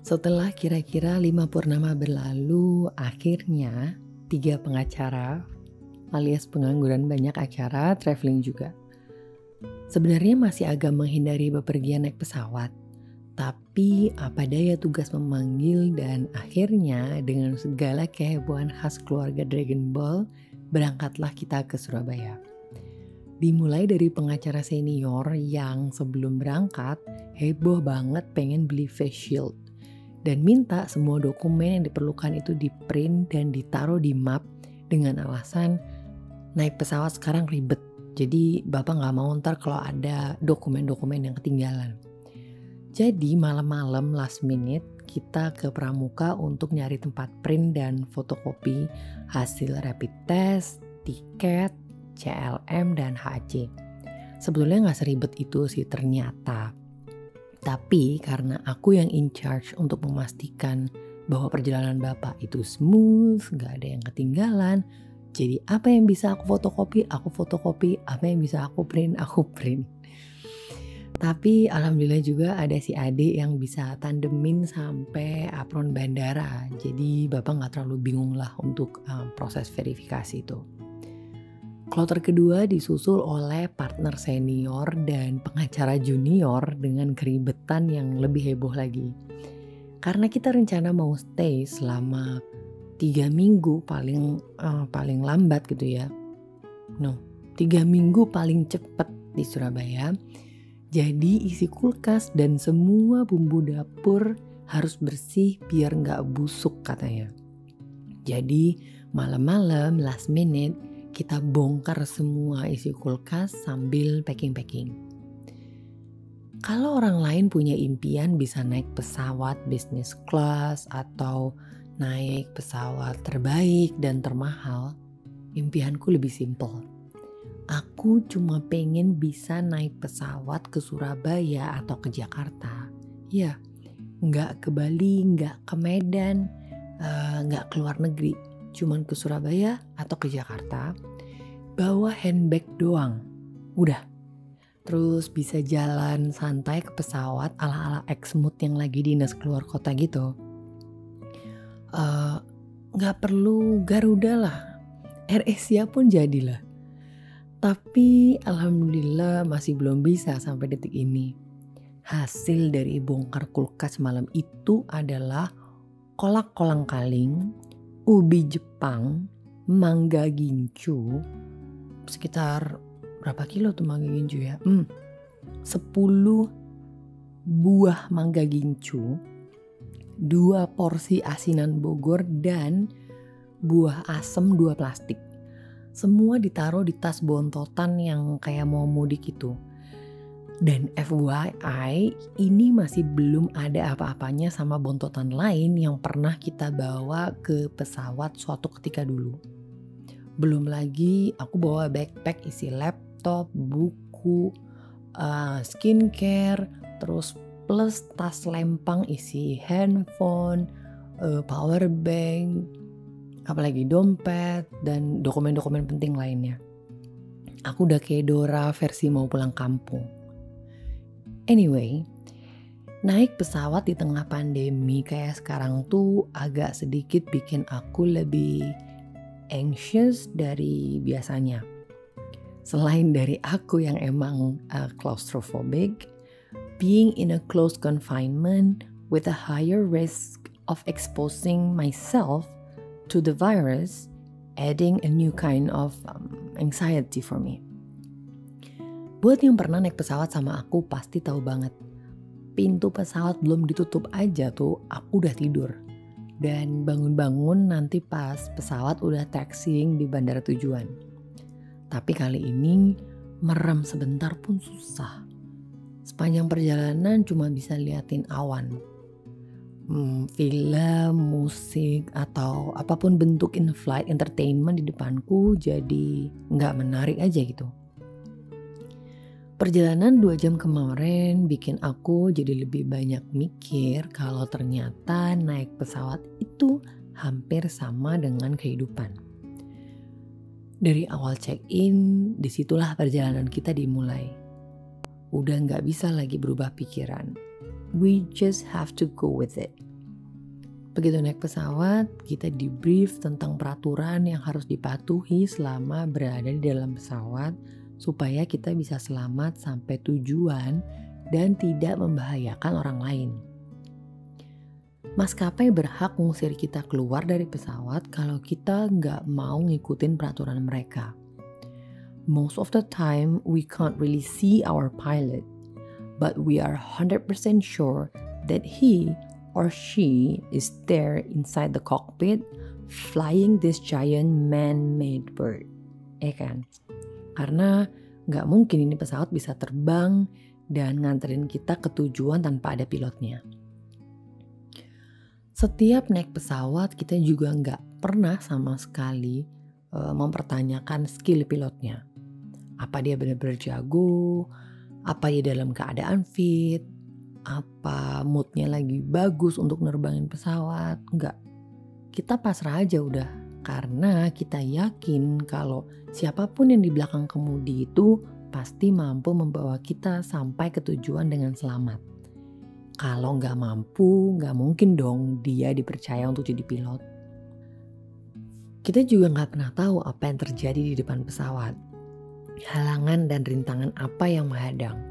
Setelah kira-kira 5 purnama berlalu, akhirnya 3 pengacara alias pengangguran banyak acara, traveling juga. Sebenarnya masih agak menghindari bepergian naik pesawat, tapi apa daya tugas memanggil dan akhirnya dengan segala kehebohan khas keluarga Dragon Ball, berangkatlah kita ke Surabaya. Dimulai dari pengacara senior yang sebelum berangkat heboh banget pengen beli face shield dan minta semua dokumen yang diperlukan itu di print dan ditaruh di map dengan alasan naik pesawat sekarang ribet. Jadi bapak gak mau ntar kalau ada dokumen-dokumen yang ketinggalan. Jadi malam-malam last minute kita ke Pramuka untuk nyari tempat print dan fotokopi hasil rapid test, tiket, CLM, dan HC. Sebetulnya gak seribet itu sih ternyata. Tapi karena aku yang in charge untuk memastikan bahwa perjalanan bapak itu smooth, gak ada yang ketinggalan. Jadi apa yang bisa aku fotokopi, apa yang bisa aku print. Tapi alhamdulillah juga ada si adik yang bisa tandemin sampai apron bandara. Jadi bapak gak terlalu bingung lah untuk proses verifikasi itu. Kloter kedua disusul oleh partner senior dan pengacara junior dengan keribetan yang lebih heboh lagi. Karena kita rencana mau stay selama 3 minggu paling lambat gitu ya. 3 minggu paling cepat di Surabaya. Jadi isi kulkas dan semua bumbu dapur harus bersih biar gak busuk katanya. Jadi malam-malam last minute kita bongkar semua isi kulkas sambil packing-packing. Kalau orang lain punya impian bisa naik pesawat business class atau naik pesawat terbaik dan termahal, impianku lebih simpel. Aku cuma pengen bisa naik pesawat ke Surabaya atau ke Jakarta. Ya, nggak ke Bali, nggak ke Medan, nggak ke luar negeri. Cuman ke Surabaya atau ke Jakarta, bawa handbag doang, udah. Terus bisa jalan santai ke pesawat ala-ala Exmood yang lagi dinas keluar kota gitu. Gak perlu Garuda lah, AirAsia pun jadilah. Tapi alhamdulillah masih belum bisa sampai detik ini. Hasil dari bongkar kulkas malam itu adalah kolak kolang-kaling, ubi Jepang, mangga gincu, sekitar berapa kilo tuh mangga gincu ya? 10 buah mangga gincu, 2 porsi asinan Bogor dan buah asem 2 plastik. Semua ditaruh di tas bontotan yang kayak mau mudik itu. Dan FYI, ini masih belum ada apa-apanya sama bontotan lain yang pernah kita bawa ke pesawat suatu ketika dulu. Belum lagi aku bawa backpack isi laptop, buku, skincare, terus plus tas lempang isi handphone, power bank, apalagi dompet, dan dokumen-dokumen penting lainnya. Aku udah kayak Dora versi mau pulang kampung. Anyway, naik pesawat di tengah pandemi kayak sekarang tuh agak sedikit bikin aku lebih anxious dari biasanya. Selain dari aku yang emang claustrophobic, being in a close confinement with a higher risk of exposing myself to the virus, adding a new kind of anxiety for me. Buat yang pernah naik pesawat sama aku pasti tahu banget. Pintu pesawat belum ditutup aja tuh aku udah tidur. Dan bangun-bangun nanti pas pesawat udah taxiing di bandara tujuan. Tapi kali ini merem sebentar pun susah. Sepanjang perjalanan cuma bisa liatin awan. Film, musik, atau apapun bentuk in-flight entertainment di depanku jadi gak menarik aja gitu. Perjalanan 2 jam kemarin bikin aku jadi lebih banyak mikir kalau ternyata naik pesawat itu hampir sama dengan kehidupan. Dari awal check-in, disitulah perjalanan kita dimulai. Udah gak bisa lagi berubah pikiran. We just have to go with it. Begitu naik pesawat, kita di-brief tentang peraturan yang harus dipatuhi selama berada di dalam pesawat supaya kita bisa selamat sampai tujuan dan tidak membahayakan orang lain. Maskapai berhak mengusir kita keluar dari pesawat kalau kita nggak mau ngikutin peraturan mereka. Most of the time, we can't really see our pilot, but we are 100% sure that he or she is there inside the cockpit flying this giant man-made bird. Kan? Karena nggak mungkin ini pesawat bisa terbang dan nganterin kita ke tujuan tanpa ada pilotnya. Setiap naik pesawat kita juga nggak pernah sama sekali mempertanyakan skill pilotnya. Apa dia benar-benar jago, apa dia dalam keadaan fit, apa moodnya lagi bagus untuk nerbangin pesawat. Enggak, kita pasrah aja udah. Karena kita yakin kalau siapapun yang di belakang kemudi itu pasti mampu membawa kita sampai ke tujuan dengan selamat. Kalau nggak mampu, nggak mungkin dong dia dipercaya untuk jadi pilot. Kita juga nggak pernah tahu apa yang terjadi di depan pesawat. Halangan dan rintangan apa yang menghadang.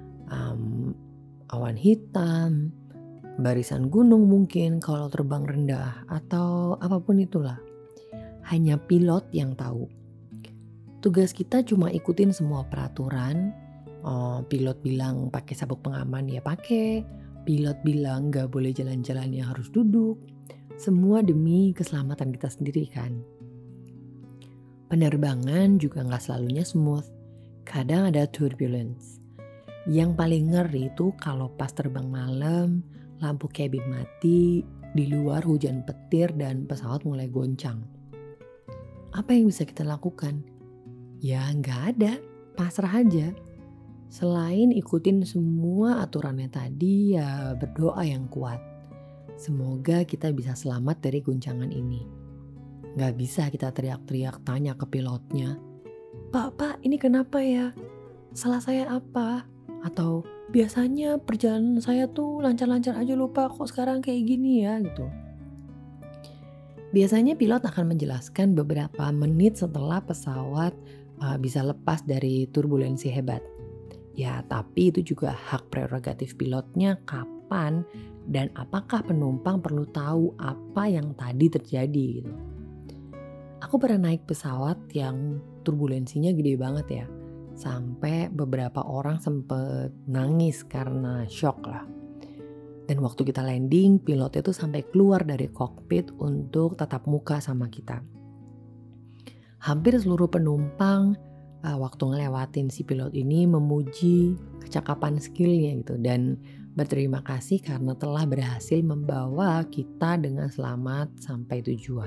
Awan hitam, barisan gunung mungkin kalau terbang rendah, atau apapun itulah. Hanya pilot yang tahu. Tugas kita cuma ikutin semua peraturan. Pilot bilang pakai sabuk pengaman ya pakai. Pilot bilang gak boleh jalan-jalan yang harus duduk. Semua demi keselamatan kita sendiri kan. Penerbangan juga gak selalunya smooth. Kadang ada turbulence. Yang paling ngeri itu kalau pas terbang malam, lampu kabin mati, di luar hujan petir dan pesawat mulai goncang. Apa yang bisa kita lakukan? Ya gak ada, pasrah aja. Selain ikutin semua aturannya tadi, ya berdoa yang kuat. Semoga kita bisa selamat dari guncangan ini. Gak bisa kita teriak-teriak tanya ke pilotnya, Pak, ini kenapa ya? Salah saya apa? Atau biasanya perjalanan saya tuh lancar-lancar aja lupa kok sekarang kayak gini ya gitu. Biasanya pilot akan menjelaskan beberapa menit setelah pesawat bisa lepas dari turbulensi hebat. Ya, tapi itu juga hak prerogatif pilotnya kapan dan apakah penumpang perlu tahu apa yang tadi terjadi gitu. Aku pernah naik pesawat yang turbulensinya gede banget ya. Sampai beberapa orang sempet nangis karena shock lah. Dan waktu kita landing, pilotnya tuh sampai keluar dari kokpit untuk tatap muka sama kita. Hampir seluruh penumpang waktu ngelewatin si pilot ini memuji kecakapan skillnya gitu dan berterima kasih karena telah berhasil membawa kita dengan selamat sampai tujuan.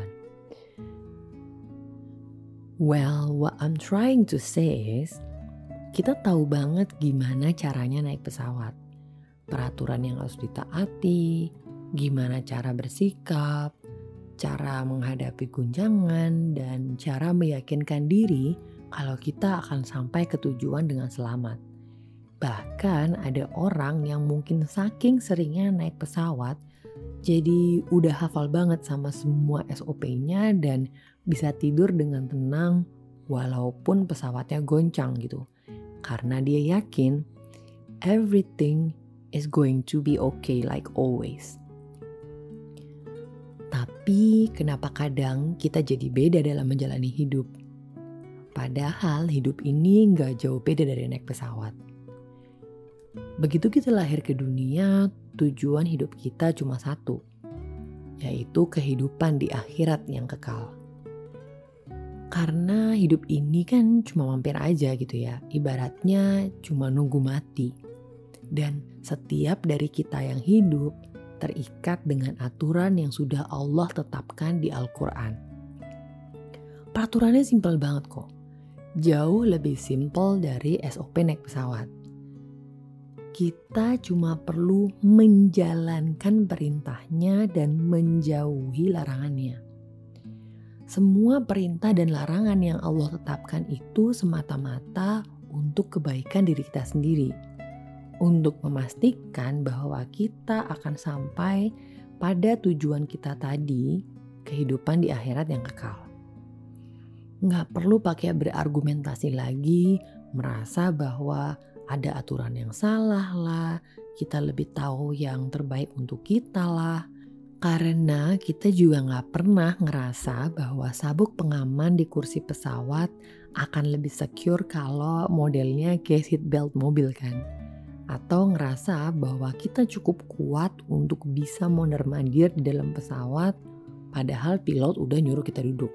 Well, what I'm trying to say is kita tahu banget gimana caranya naik pesawat, peraturan yang harus ditaati, gimana cara bersikap, cara menghadapi guncangan, dan cara meyakinkan diri kalau kita akan sampai ke tujuan dengan selamat. Bahkan ada orang yang mungkin saking seringnya naik pesawat, jadi udah hafal banget sama semua SOP-nya dan bisa tidur dengan tenang walaupun pesawatnya goncang gitu. Karena dia yakin everything is going to be okay like always. Tapi kenapa kadang kita jadi beda dalam menjalani hidup? Padahal hidup ini gak jauh beda dari naik pesawat. Begitu kita lahir ke dunia, tujuan hidup kita cuma satu, yaitu kehidupan di akhirat yang kekal. Karena hidup ini kan cuma mampir aja gitu ya, ibaratnya cuma nunggu mati. Dan setiap dari kita yang hidup terikat dengan aturan yang sudah Allah tetapkan di Al-Quran. Peraturannya simpel banget kok. Jauh lebih simpel dari SOP naik pesawat. Kita cuma perlu menjalankan perintahnya dan menjauhi larangannya. Semua perintah dan larangan yang Allah tetapkan itu semata-mata untuk kebaikan diri kita sendiri. Untuk memastikan bahwa kita akan sampai pada tujuan kita tadi, kehidupan di akhirat yang kekal. Nggak perlu pakai berargumentasi lagi, merasa bahwa ada aturan yang salah lah, kita lebih tahu yang terbaik untuk kita lah. Karena kita juga nggak pernah ngerasa bahwa sabuk pengaman di kursi pesawat akan lebih secure kalau modelnya kayak seatbelt mobil kan. Atau ngerasa bahwa kita cukup kuat untuk bisa mondar-mandir di dalam pesawat padahal pilot udah nyuruh kita duduk.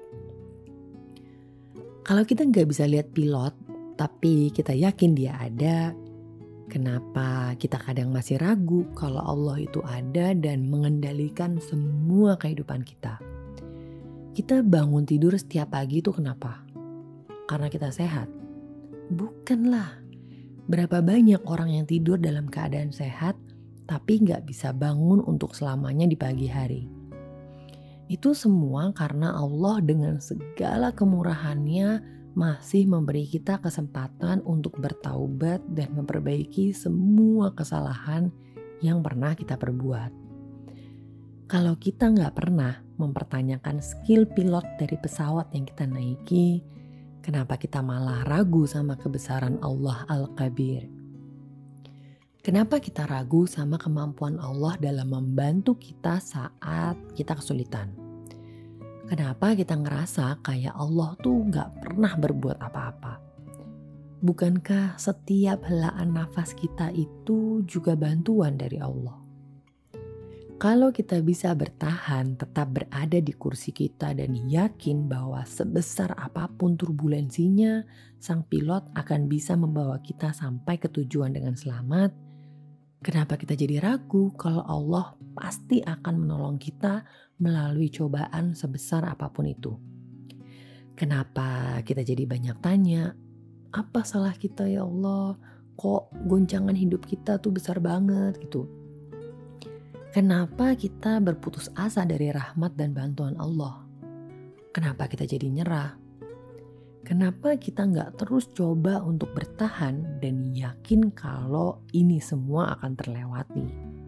Kalau kita nggak bisa lihat pilot tapi kita yakin dia ada, kenapa kita kadang masih ragu kalau Allah itu ada dan mengendalikan semua kehidupan kita? Kita bangun tidur setiap pagi itu kenapa? Karena kita sehat? Bukanlah. Berapa banyak orang yang tidur dalam keadaan sehat tapi nggak bisa bangun untuk selamanya di pagi hari? Itu semua karena Allah dengan segala kemurahannya masih memberi kita kesempatan untuk bertaubat dan memperbaiki semua kesalahan yang pernah kita perbuat. Kalau kita nggak pernah mempertanyakan skill pilot dari pesawat yang kita naiki, kenapa kita malah ragu sama kebesaran Allah Al-Kabir? Kenapa kita ragu sama kemampuan Allah dalam membantu kita saat kita kesulitan? Kenapa kita ngerasa kayak Allah tuh gak pernah berbuat apa-apa? Bukankah setiap helaan nafas kita itu juga bantuan dari Allah? Kalau kita bisa bertahan tetap berada di kursi kita dan yakin bahwa sebesar apapun turbulensinya, sang pilot akan bisa membawa kita sampai ke tujuan dengan selamat, kenapa kita jadi ragu kalau Allah pasti akan menolong kita melalui cobaan sebesar apapun itu? Kenapa kita jadi banyak tanya, apa salah kita ya Allah? Kok goncangan hidup kita tuh besar banget gitu? Kenapa kita berputus asa dari rahmat dan bantuan Allah? Kenapa kita jadi nyerah? Kenapa kita nggak terus coba untuk bertahan dan yakin kalau ini semua akan terlewati?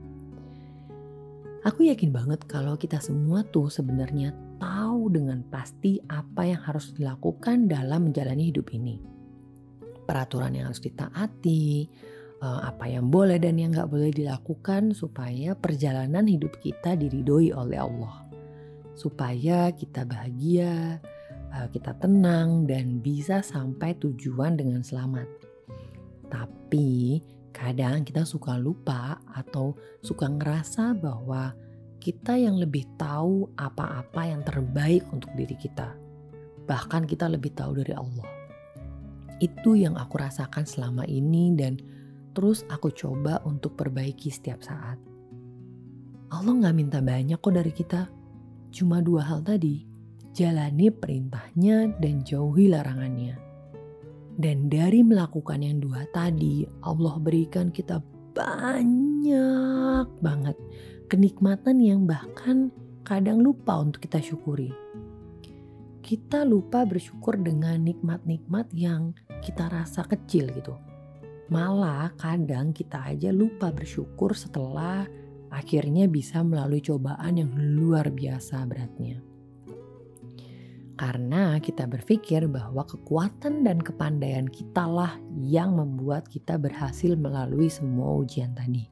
Aku yakin banget kalau kita semua tuh sebenarnya tahu dengan pasti apa yang harus dilakukan dalam menjalani hidup ini. Peraturan yang harus ditaati, apa yang boleh dan yang nggak boleh dilakukan supaya perjalanan hidup kita diridhoi oleh Allah. Supaya kita bahagia, kita tenang dan bisa sampai tujuan dengan selamat. Tapi kadang kita suka lupa atau suka ngerasa bahwa kita yang lebih tahu apa-apa yang terbaik untuk diri kita. Bahkan kita lebih tahu dari Allah. Itu yang aku rasakan selama ini dan terus aku coba untuk perbaiki setiap saat. Allah gak minta banyak kok dari kita. Cuma 2 hal tadi. Jalani perintahnya dan jauhi larangannya. Dan dari melakukan yang 2 tadi, Allah berikan kita banyak banget kenikmatan yang bahkan kadang lupa untuk kita syukuri. Kita lupa bersyukur dengan nikmat-nikmat yang kita rasa kecil gitu. Malah kadang kita aja lupa bersyukur setelah akhirnya bisa melalui cobaan yang luar biasa beratnya. Karena kita berpikir bahwa kekuatan dan kepandaian kita lah yang membuat kita berhasil melalui semua ujian tadi.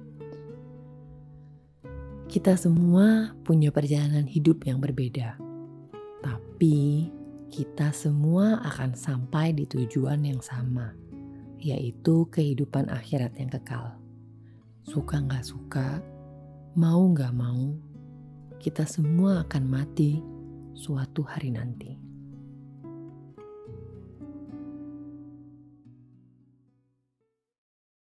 Kita semua punya perjalanan hidup yang berbeda. Tapi kita semua akan sampai di tujuan yang sama, yaitu kehidupan akhirat yang kekal. Suka gak suka, mau gak mau, kita semua akan mati suatu hari nanti.